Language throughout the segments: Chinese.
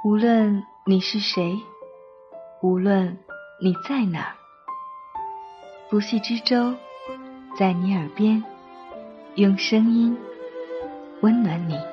无论你是谁，无论你在哪儿，不系之舟在你耳边，用声音温暖你。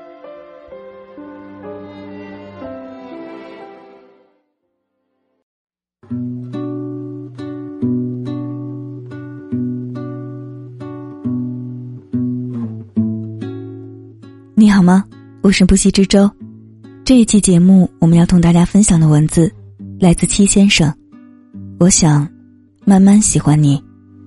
你好吗？我是不系之舟。这一期节目我们要同大家分享的文字来自七先生。我想慢慢喜欢你。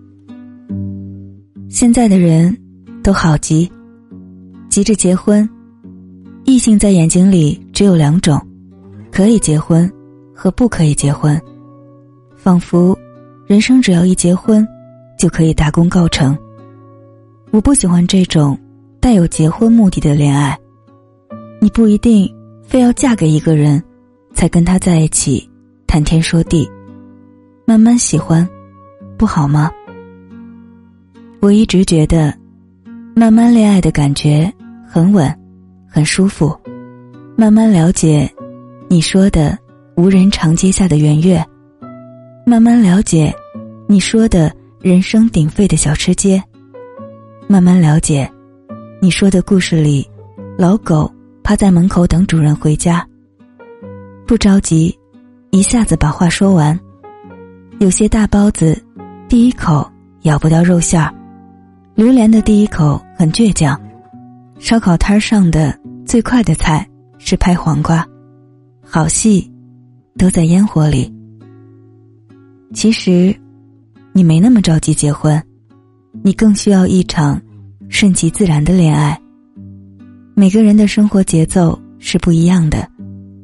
现在的人都好急着结婚，异性在眼睛里只有两种，可以结婚和不可以结婚，仿佛人生只要一结婚就可以大功告成。我不喜欢这种带有结婚目的的恋爱，你不一定非要嫁给一个人才跟他在一起谈天说地，慢慢喜欢不好吗？我一直觉得慢慢恋爱的感觉很稳很舒服，慢慢了解你说的无人长街下的圆月，慢慢了解你说的人声鼎沸的小吃街，慢慢了解你说的故事里老狗趴在门口等主人回家。不着急一下子把话说完，有些大包子第一口咬不到肉馅儿，榴莲的第一口很倔强，烧烤摊上的最快的菜是拍黄瓜，好戏都在烟火里。其实你没那么着急结婚，你更需要一场顺其自然的恋爱。每个人的生活节奏是不一样的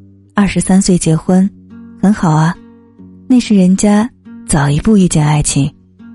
，23岁结婚很好啊，那是人家早一步遇见爱情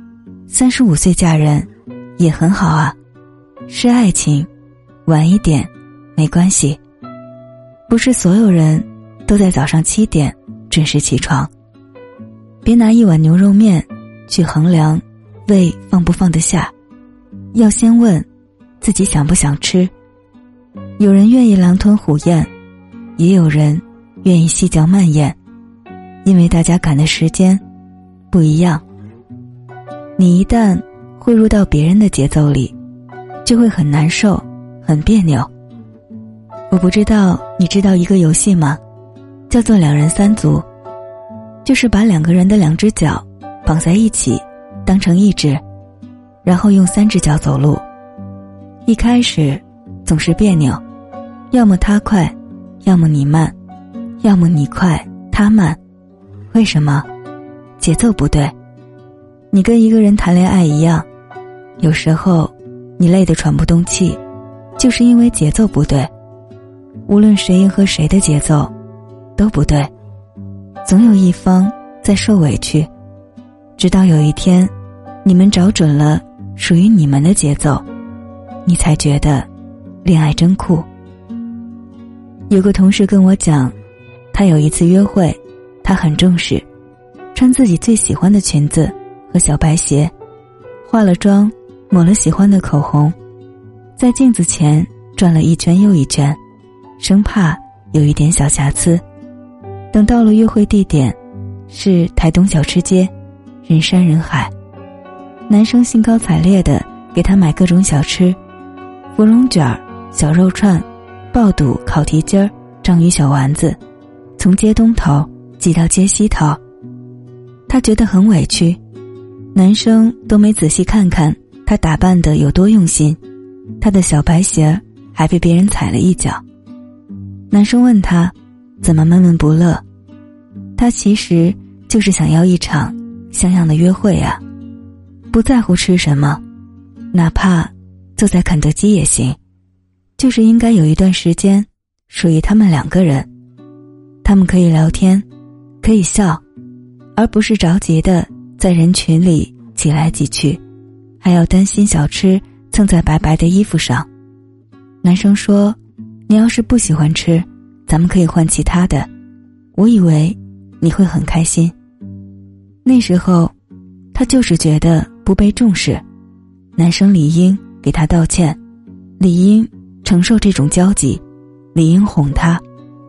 ；35岁嫁人也很好啊，是爱情晚一点没关系。不是所有人都在早上7点准时起床。别拿一碗牛肉面去衡量胃放不放得下，要先问自己想不想吃。有人愿意狼吞虎咽，也有人愿意细嚼慢咽，因为大家赶的时间不一样。你一旦汇入到别人的节奏里，就会很难受很别扭。我不知道你知道一个游戏吗？叫做2人3足，就是把2个人的2只脚绑在一起当成1只，然后用3只脚走路。一开始总是别扭，要么他快，要么你慢，要么你快他慢。为什么？节奏不对。你跟一个人谈恋爱一样，有时候你累得喘不动气，就是因为节奏不对。无论谁迎合谁的节奏都不对，总有一方在受委屈，直到有一天你们找准了属于你们的节奏，你才觉得恋爱真酷。有个同事跟我讲，他有一次约会，他很重视，穿自己最喜欢的裙子和小白鞋，化了妆，抹了喜欢的口红，在镜子前转了一圈又一圈，生怕有一点小瑕疵。等到了约会地点是台东小吃街，人山人海，男生兴高采烈地给他买各种小吃，芙蓉卷、小肉串、爆肚、烤蹄筋儿、章鱼小丸子，从街东头挤到街西头。他觉得很委屈，男生都没仔细看看他打扮得有多用心，他的小白鞋还被别人踩了一脚。男生问他怎么闷闷不乐，他其实就是想要一场像样的约会啊，不在乎吃什么，哪怕坐在肯德基也行，就是应该有一段时间属于他们2个人，他们可以聊天，可以笑，而不是着急的在人群里挤来挤去，还要担心小吃蹭在白白的衣服上。男生说，你要是不喜欢吃，咱们可以换其他的，我以为你会很开心。那时候他就是觉得不被重视，男生理应给他道歉，理应承受这种交集，理应哄他，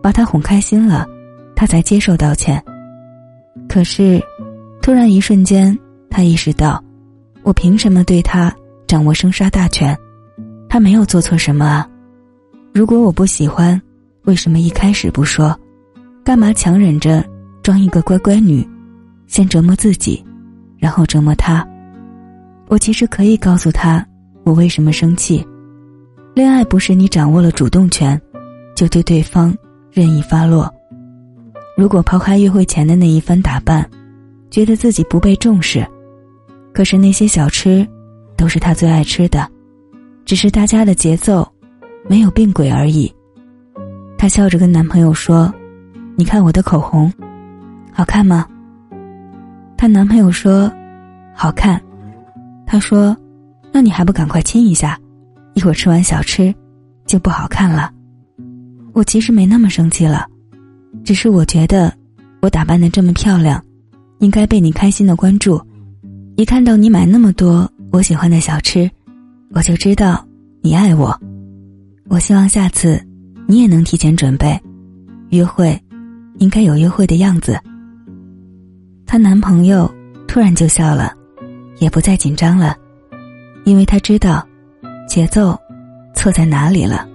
把他哄开心了，他才接受道歉。可是突然一瞬间，他意识到，我凭什么对他掌握生杀大权？他没有做错什么啊。如果我不喜欢，为什么一开始不说？干嘛强忍着装一个乖乖女，先折磨自己，然后折磨他？我其实可以告诉他我为什么生气。恋爱不是你掌握了主动权就对对方任意发落。如果抛开约会前的那一番打扮，觉得自己不被重视，可是那些小吃都是他最爱吃的，只是大家的节奏没有并轨而已。她笑着跟男朋友说，你看我的口红好看吗？她男朋友说好看。她说那你还不赶快亲一下，一会儿吃完小吃就不好看了。我其实没那么生气了，只是我觉得我打扮得这么漂亮，应该被你开心的关注。一看到你买那么多我喜欢的小吃，我就知道你爱我。我希望下次你也能提前准备，约会应该有约会的样子。她男朋友突然就笑了，也不再紧张了，因为他知道节奏错在哪里了。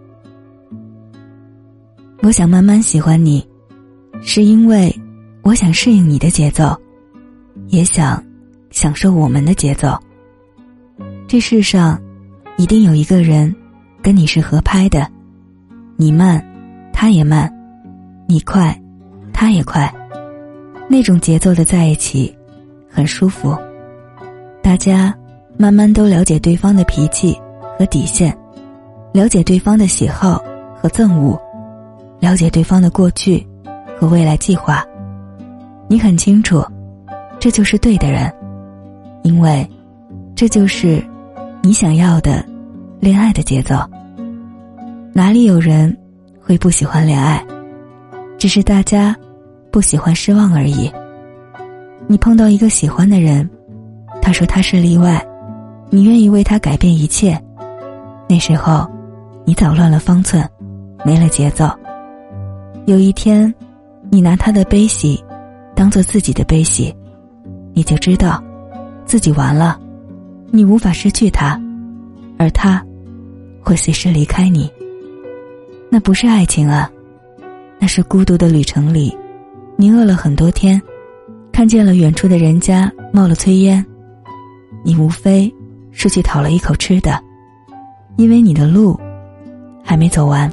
我想慢慢喜欢你，是因为我想适应你的节奏，也想享受我们的节奏。这世上一定有一个人跟你是合拍的，你慢他也慢，你快他也快，那种节奏的在一起很舒服。大家慢慢都了解对方的脾气和底线，了解对方的喜好和憎恶，了解对方的过去和未来计划。你很清楚，这就是对的人，因为这就是你想要的恋爱的节奏。哪里有人会不喜欢恋爱？只是大家不喜欢失望而已。你碰到一个喜欢的人，他说他是例外，你愿意为他改变一切，那时候你早乱了方寸，没了节奏。有一天你拿他的悲喜当作自己的悲喜，你就知道自己完了，你无法失去他，而他会随时离开你。那不是爱情啊，那是孤独的旅程里，你饿了很多天，看见了远处的人家冒了炊烟，你无非是去讨了一口吃的，因为你的路还没走完。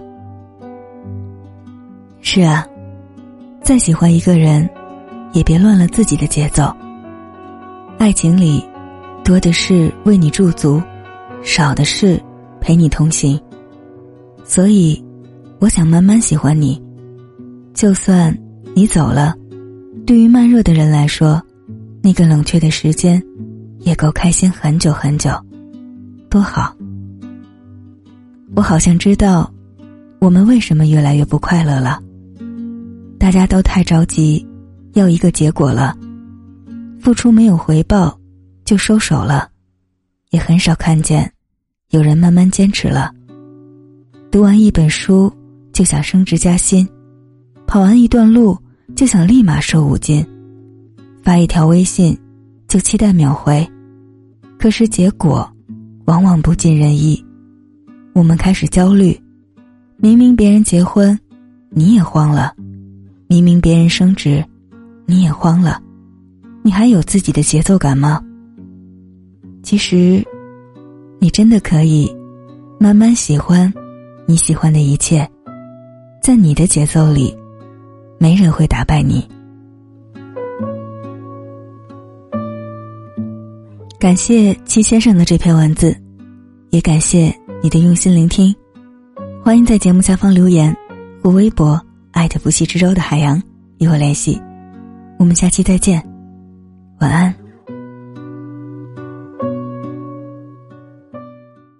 是啊，再喜欢一个人也别乱了自己的节奏。爱情里多的是为你驻足，少的是陪你同行。所以我想慢慢喜欢你，就算你走了，对于慢热的人来说，那个冷却的时间也够开心很久很久，多好。我好像知道我们为什么越来越不快乐了。大家都太着急要一个结果了，付出没有回报就收手了，也很少看见有人慢慢坚持了。读完一本书就想升职加薪，跑完一段路就想立马瘦5斤，发一条微信就期待秒回，可是结果往往不尽人意。我们开始焦虑，明明别人结婚你也慌了，明明别人升职你也慌了，你还有自己的节奏感吗？其实你真的可以慢慢喜欢你喜欢的一切，在你的节奏里，没人会打败你。感谢戚先生的这篇文字，也感谢你的用心聆听。欢迎在节目下方留言或微博不息之舟的海洋与我联系。我们下期再见，晚安。